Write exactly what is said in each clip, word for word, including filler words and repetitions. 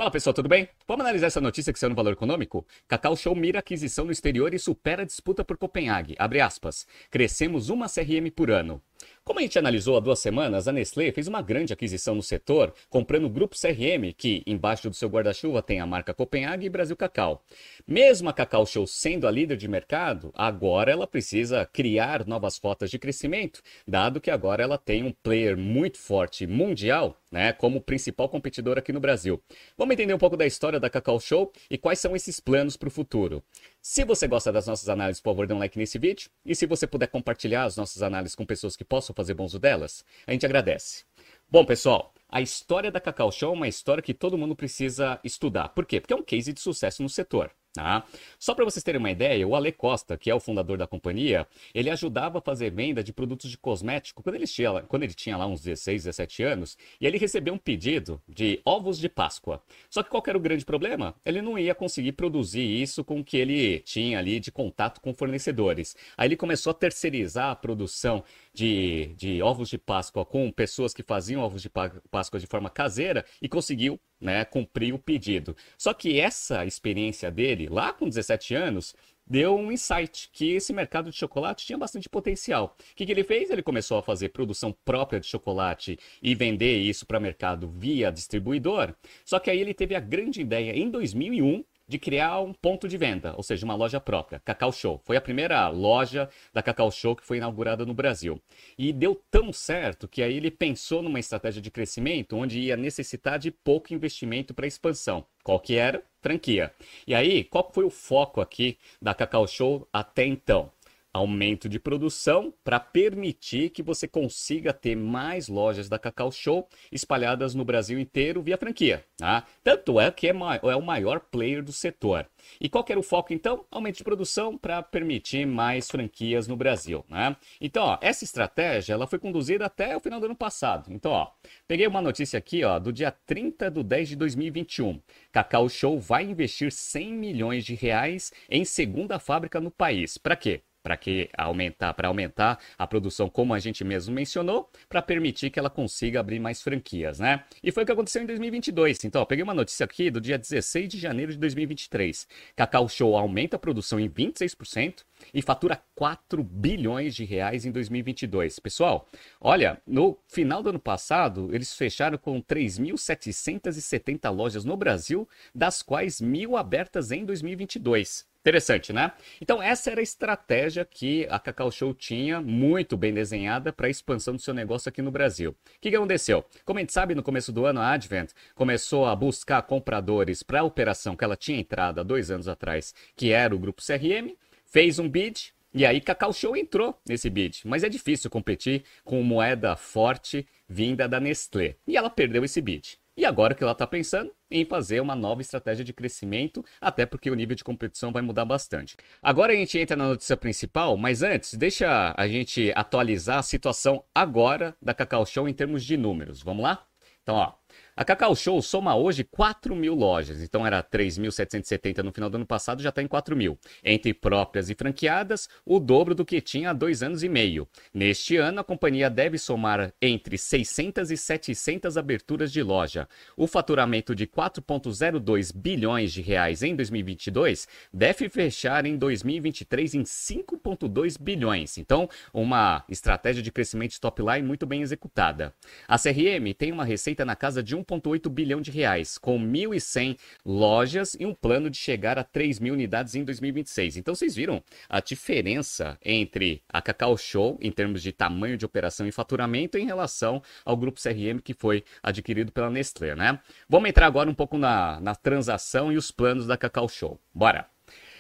Fala pessoal, tudo bem? Vamos analisar essa notícia que saiu no Valor Econômico? Cacau Show mira aquisição no exterior e supera a disputa por Copenhague. Abre aspas. Crescemos uma C R M por ano. Como a gente analisou há duas semanas, a Nestlé fez uma grande aquisição no setor, comprando o Grupo C R M, que embaixo do seu guarda-chuva tem a marca Copenhague e Brasil Cacau. Mesmo a Cacau Show sendo a líder de mercado, agora ela precisa criar novas rotas de crescimento, dado que agora ela tem um player muito forte mundial, né, como principal competidor aqui no Brasil. Vamos entender um pouco da história da Cacau Show e quais são esses planos para o futuro. Se você gosta das nossas análises, por favor, dê um like nesse vídeo. E se você puder compartilhar as nossas análises com pessoas que possam fazer bom uso delas, a gente agradece. Bom, pessoal, a história da Cacau Show é uma história que todo mundo precisa estudar. Por quê? Porque é um case de sucesso no setor. Tá? Só para vocês terem uma ideia, o Ale Costa, que é o fundador da companhia, ele ajudava a fazer venda de produtos de cosmético quando ele tinha, quando ele tinha lá uns dezesseis, dezessete anos, e ele recebeu um pedido de ovos de Páscoa. Só que qual que era o grande problema? Ele não ia conseguir produzir isso com o que ele tinha ali de contato com fornecedores. Aí ele começou a terceirizar a produção de, de ovos de Páscoa com pessoas que faziam ovos de Páscoa de forma caseira e conseguiu, né, cumprir o pedido. Só que essa experiência dele, lá com dezessete anos, deu um insight que esse mercado de chocolate tinha bastante potencial. O que, que ele fez? Ele começou a fazer produção própria de chocolate e vender isso para o mercado via distribuidor. Só que aí ele teve a grande ideia em dois mil e um de criar um ponto de venda, ou seja, uma loja própria, Cacau Show. Foi a primeira loja da Cacau Show que foi inaugurada no Brasil. E deu tão certo que aí ele pensou numa estratégia de crescimento onde ia necessitar de pouco investimento para expansão. Qual que era? Franquia. E aí, qual foi o foco aqui da Cacau Show até então? Aumento de produção para permitir que você consiga ter mais lojas da Cacau Show espalhadas no Brasil inteiro via franquia. Tá? Tanto é que é, é o maior player do setor. E qual que era o foco então? Aumento de produção para permitir mais franquias no Brasil. Né? Então, ó, essa estratégia ela foi conduzida até o final do ano passado. Então, ó, peguei uma notícia aqui ó, do dia trinta de dez de dois mil e vinte e um. Cacau Show vai investir cem milhões de reais em segunda fábrica no país. Para quê? Para que aumentar, para aumentar a produção, como a gente mesmo mencionou, para permitir que ela consiga abrir mais franquias, né? E foi o que aconteceu em dois mil e vinte e dois. Então, ó, peguei uma notícia aqui do dia dezesseis de janeiro de dois mil e vinte e três. Cacau Show aumenta a produção em vinte e seis por cento e fatura quatro bilhões de reais em dois mil e vinte e dois. Pessoal, olha, no final do ano passado, eles fecharam com três mil setecentas e setenta lojas no Brasil, das quais mil abertas em dois mil e vinte e dois. Interessante, né? Então essa era a estratégia que a Cacau Show tinha muito bem desenhada para a expansão do seu negócio aqui no Brasil. O que, que aconteceu? Como a gente sabe, no começo do ano, a Advent começou a buscar compradores para a operação que ela tinha entrado há dois anos atrás, que era o Grupo C R M, fez um bid, e aí Cacau Show entrou nesse bid. Mas é difícil competir com moeda forte vinda da Nestlé. E ela perdeu esse bid. E agora o que ela está pensando? Em fazer uma nova estratégia de crescimento, até porque o nível de competição vai mudar bastante. Agora a gente entra na notícia principal, mas antes, deixa a gente atualizar a situação agora da Cacau Show em termos de números. Vamos lá? Então, ó, a Cacau Show soma hoje quatro mil lojas, então era três mil setecentos e setenta no final do ano passado, já está em quatro mil. Entre próprias e franqueadas, o dobro do que tinha há dois anos e meio. Neste ano, a companhia deve somar entre seiscentas e setecentas aberturas de loja. O faturamento de quatro vírgula zero dois bilhões de reais em dois mil e vinte e dois deve fechar em dois mil e vinte e três em cinco vírgula dois bilhões. Então, uma estratégia de crescimento top line muito bem executada. A C R M tem uma receita na casa de um vírgula oito bilhão de reais, com mil e cem lojas e um plano de chegar a três mil unidades em dois mil e vinte e seis. Então vocês viram a diferença entre a Cacau Show em termos de tamanho de operação e faturamento em relação ao Grupo C R M que foi adquirido pela Nestlé, né? Vamos entrar agora um pouco na, na transação e os planos da Cacau Show. Bora!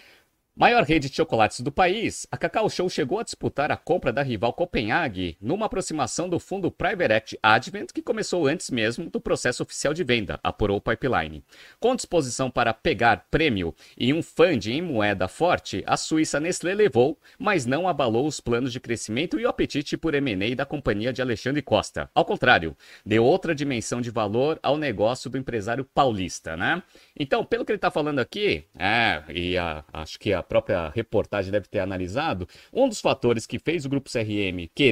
Maior rede de chocolates do país, a Cacau Show chegou a disputar a compra da rival Copenhague numa aproximação do fundo Private Equity Advent, que começou antes mesmo do processo oficial de venda, apurou o Pipeline. Com disposição para pegar prêmio e um funding em moeda forte, a Suíça Nestlé levou, mas não abalou os planos de crescimento e o apetite por M and A da companhia de Alexandre Costa. Ao contrário, deu outra dimensão de valor ao negócio do empresário paulista, né? Então, pelo que ele está falando aqui, é, e a, acho que a própria reportagem deve ter analisado, um dos fatores que fez o Grupo C R M querer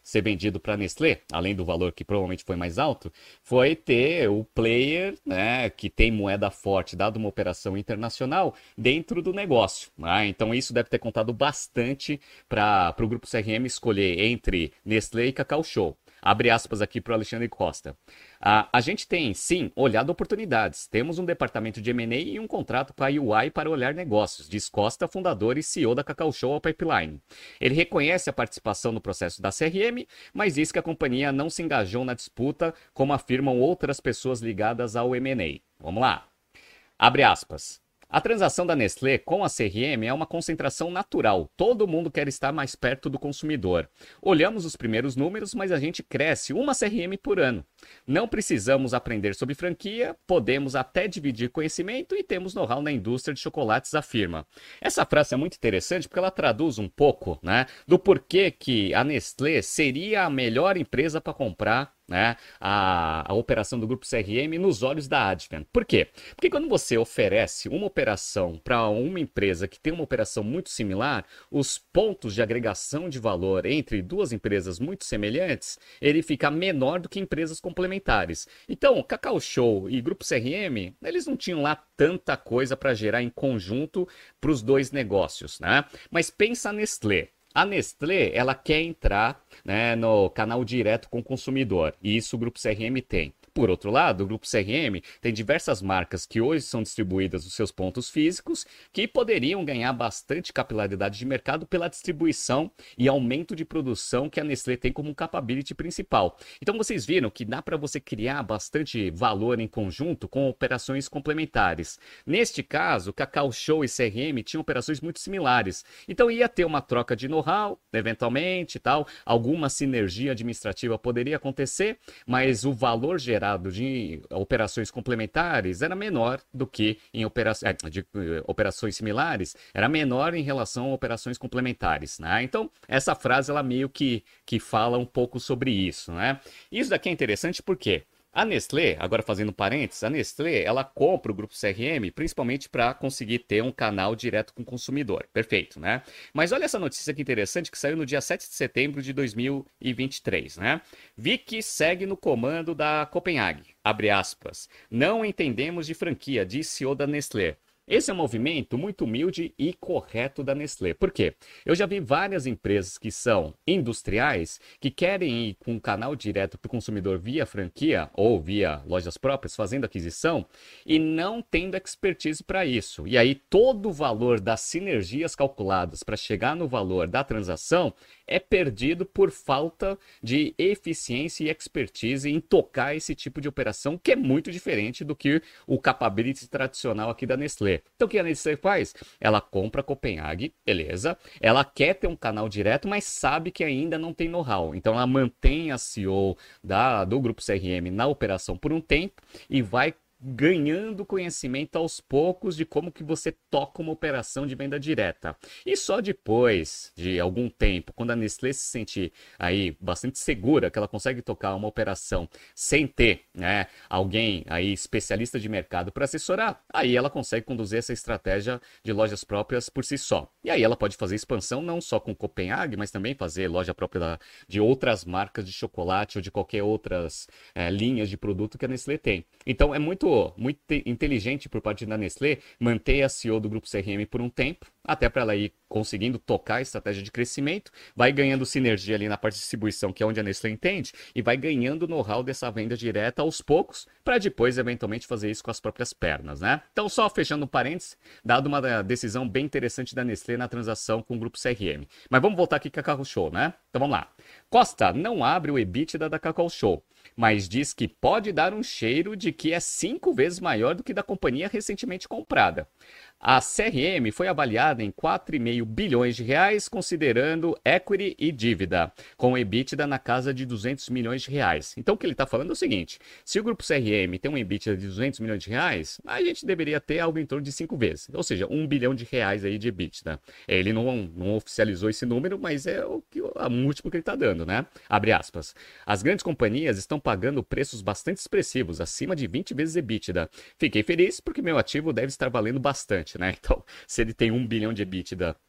ser vendido para a Nestlé, além do valor que provavelmente foi mais alto, foi ter o player, né, que tem moeda forte, dado uma operação internacional, dentro do negócio. Né? Então isso deve ter contado bastante para o Grupo C R M escolher entre Nestlé e Cacau Show. Abre aspas aqui para o Alexandre Costa. A, a gente tem, sim, olhado oportunidades. Temos um departamento de M and A e um contrato com a U I para olhar negócios, diz Costa, fundador e C E O da Cacau Show ao Pipeline. Ele reconhece a participação no processo da C R M, mas diz que a companhia não se engajou na disputa, como afirmam outras pessoas ligadas ao M and A. Vamos lá. Abre aspas. A transação da Nestlé com a C R M é uma concentração natural. Todo mundo quer estar mais perto do consumidor. Olhamos os primeiros números, mas a gente cresce uma C R M por ano. Não precisamos aprender sobre franquia, podemos até dividir conhecimento e temos know-how na indústria de chocolates, afirma. Essa frase é muito interessante porque ela traduz um pouco, né, do porquê que a Nestlé seria a melhor empresa para comprar, né, a, a operação do Grupo C R M nos olhos da Advent. Por quê? Porque quando você oferece uma operação para uma empresa que tem uma operação muito similar, os pontos de agregação de valor entre duas empresas muito semelhantes, ele fica menor do que empresas complementares. Então, Cacau Show e Grupo C R M, eles não tinham lá tanta coisa para gerar em conjunto para os dois negócios, né? Mas pensa a Nestlé. A Nestlé, ela quer entrar, né, no canal direto com o consumidor, e isso o Grupo C R M tem. Por outro lado, o Grupo C R M tem diversas marcas que hoje são distribuídas nos seus pontos físicos que poderiam ganhar bastante capilaridade de mercado pela distribuição e aumento de produção que a Nestlé tem como capability principal. Então vocês viram que dá para você criar bastante valor em conjunto com operações complementares. Neste caso, Cacau Show e C R M tinham operações muito similares. Então ia ter uma troca de know-how, eventualmente, tal, alguma sinergia administrativa poderia acontecer, mas o valor gerado de operações complementares era menor do que em opera... de operações similares, era menor em relação a operações complementares, né? Então, essa frase, ela meio que, que fala um pouco sobre isso, né? Isso daqui é interessante porque a Nestlé, agora fazendo parênteses, a Nestlé, ela compra o Grupo C R M principalmente para conseguir ter um canal direto com o consumidor. Perfeito, né? Mas olha essa notícia que interessante que saiu no dia sete de setembro de dois mil e vinte e três, né? Vicky segue no comando da Copenhague. Abre aspas. Não entendemos de franquia, diz C E O da Nestlé. Esse é um movimento muito humilde e correto da Nestlé. Por quê? Eu já vi várias empresas que são industriais que querem ir com um canal direto para o consumidor via franquia ou via lojas próprias, fazendo aquisição e não tendo expertise para isso. E aí todo o valor das sinergias calculadas para chegar no valor da transação é perdido por falta de eficiência e expertise em tocar esse tipo de operação, que é muito diferente do que o capability tradicional aqui da Nestlé. Então o que a Nestlé faz? Ela compra a Copenhague, beleza? Ela quer ter um canal direto, mas sabe que ainda não tem know-how. Então ela mantém a C E O da, do Grupo C R M na operação por um tempo e vai ganhando conhecimento aos poucos de como que você toca uma operação de venda direta. E só depois de algum tempo, quando a Nestlé se sentir aí bastante segura que ela consegue tocar uma operação sem ter, né, alguém aí especialista de mercado para assessorar, aí ela consegue conduzir essa estratégia de lojas próprias por si só. E aí ela pode fazer expansão não só com Copenhague, mas também fazer loja própria da, de outras marcas de chocolate ou de qualquer outras é, linhas de produto que a Nestlé tem. Então é muito muito inteligente por parte da Nestlé manter a C E O do Grupo C R M por um tempo, até para ela ir conseguindo tocar a estratégia de crescimento, vai ganhando sinergia ali na parte de distribuição, que é onde a Nestlé entende, e vai ganhando know-how dessa venda direta aos poucos, para depois, eventualmente, fazer isso com as próprias pernas, né? Então, só fechando um parênteses, dado uma decisão bem interessante da Nestlé na transação com o Grupo C R M. Mas vamos voltar aqui com a Cacau Show, né? Então, vamos lá. Costa não abre o EBITDA da Cacau Show, mas diz que pode dar um cheiro de que é cinco vezes maior do que da companhia recentemente comprada. A C R M foi avaliada em quatro vírgula cinco bilhões de reais, considerando equity e dívida, com EBITDA na casa de duzentos milhões de reais. Então, o que ele está falando é o seguinte: se o Grupo C R M tem um EBITDA de duzentos milhões de reais, a gente deveria ter algo em torno de cinco vezes, ou seja, um bilhão de reais aí de EBITDA. Ele não, não oficializou esse número, mas é o que a múltiplo que ele está dando, né? Abre aspas. As grandes companhias estão pagando preços bastante expressivos, acima de vinte vezes EBITDA. Fiquei feliz porque meu ativo deve estar valendo bastante, né? Então, se ele tem um bilhão de EBITDA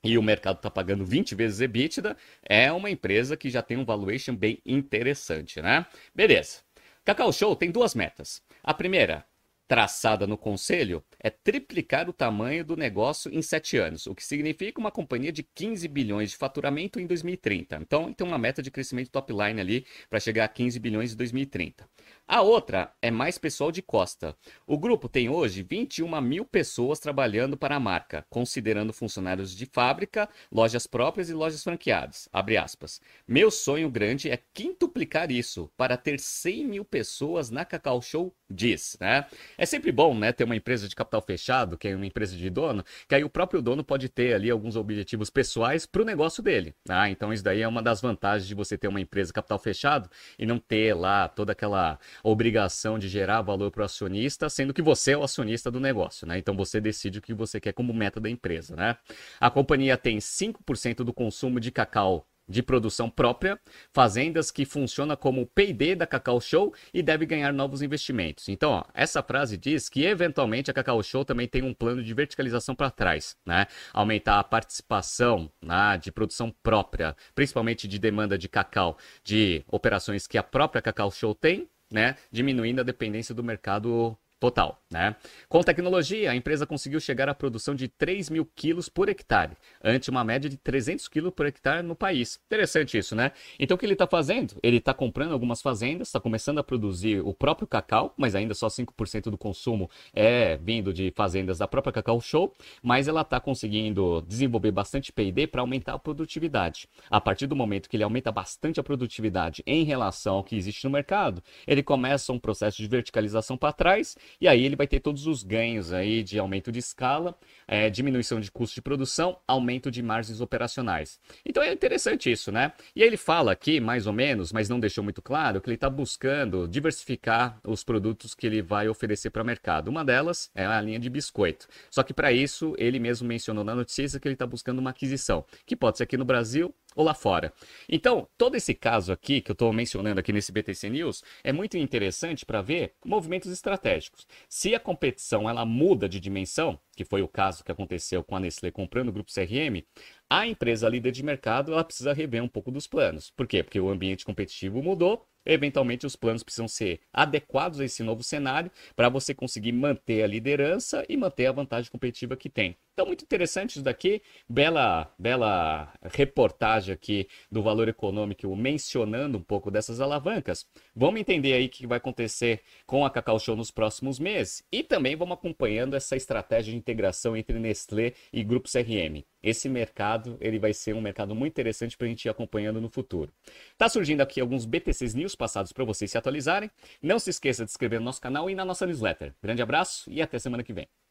e o mercado está pagando vinte vezes EBITDA, é uma empresa que já tem um valuation bem interessante, né? Beleza. Cacau Show tem duas metas. A primeira, traçada no conselho, é triplicar o tamanho do negócio em sete anos, o que significa uma companhia de quinze bilhões de faturamento em dois mil e trinta. Então, tem uma meta de crescimento top line ali para chegar a quinze bilhões em dois mil e trinta. A outra é mais pessoal de costa. O grupo tem hoje vinte e uma mil pessoas trabalhando para a marca, considerando funcionários de fábrica, lojas próprias e lojas franqueadas. Abre aspas. Meu sonho grande é quintuplicar isso para ter cem mil pessoas na Cacau Show, diz, né? É sempre bom, né, ter uma empresa de capital fechado, que é uma empresa de dono, que aí o próprio dono pode ter ali alguns objetivos pessoais para o negócio dele, tá? Então isso daí é uma das vantagens de você ter uma empresa capital fechado e não ter lá toda aquela obrigação de gerar valor para o acionista, sendo que você é o acionista do negócio, né? Então você decide o que você quer como meta da empresa, né? A companhia tem cinco por cento do consumo de cacau de produção própria, fazendas que funcionam como P e D da Cacau Show e deve ganhar novos investimentos. Então, ó, essa frase diz que eventualmente a Cacau Show também tem um plano de verticalização para trás, né? Aumentar a participação, né, de produção própria, principalmente de demanda de cacau, de operações que a própria Cacau Show tem, né? Diminuindo a dependência do mercado total, né? Com tecnologia, a empresa conseguiu chegar à produção de três mil quilos por hectare, ante uma média de trezentos quilos por hectare no país. Interessante isso, né? Então, o que ele está fazendo? Ele está comprando algumas fazendas, está começando a produzir o próprio cacau, mas ainda só cinco por cento do consumo é vindo de fazendas da própria Cacau Show, mas ela está conseguindo desenvolver bastante P e D para aumentar a produtividade. A partir do momento que ele aumenta bastante a produtividade em relação ao que existe no mercado, ele começa um processo de verticalização para trás. E aí ele vai ter todos os ganhos aí de aumento de escala, é, diminuição de custo de produção, aumento de margens operacionais. Então é interessante isso, né? E aí ele fala aqui, mais ou menos, mas não deixou muito claro, que ele está buscando diversificar os produtos que ele vai oferecer para o mercado. Uma delas é a linha de biscoito. Só que para isso, ele mesmo mencionou na notícia que ele está buscando uma aquisição, que pode ser aqui no Brasil ou lá fora. Então, todo esse caso aqui que eu estou mencionando aqui nesse B T C News é muito interessante para ver movimentos estratégicos. Se a competição ela muda de dimensão, que foi o caso que aconteceu com a Nestlé comprando o Grupo C R M, a empresa líder de mercado ela precisa rever um pouco dos planos. Por quê? Porque o ambiente competitivo mudou. Eventualmente, os planos precisam ser adequados a esse novo cenário para você conseguir manter a liderança e manter a vantagem competitiva que tem. Então, muito interessante isso daqui. Bela, bela reportagem aqui do Valor Econômico mencionando um pouco dessas alavancas. Vamos entender aí o que vai acontecer com a Cacau Show nos próximos meses e também vamos acompanhando essa estratégia de integração entre Nestlé e Grupo C R M. Esse mercado ele vai ser um mercado muito interessante para a gente ir acompanhando no futuro. Tá surgindo aqui alguns B T Cs News passados para vocês se atualizarem. Não se esqueça de se inscrever no nosso canal e na nossa newsletter. Grande abraço e até semana que vem.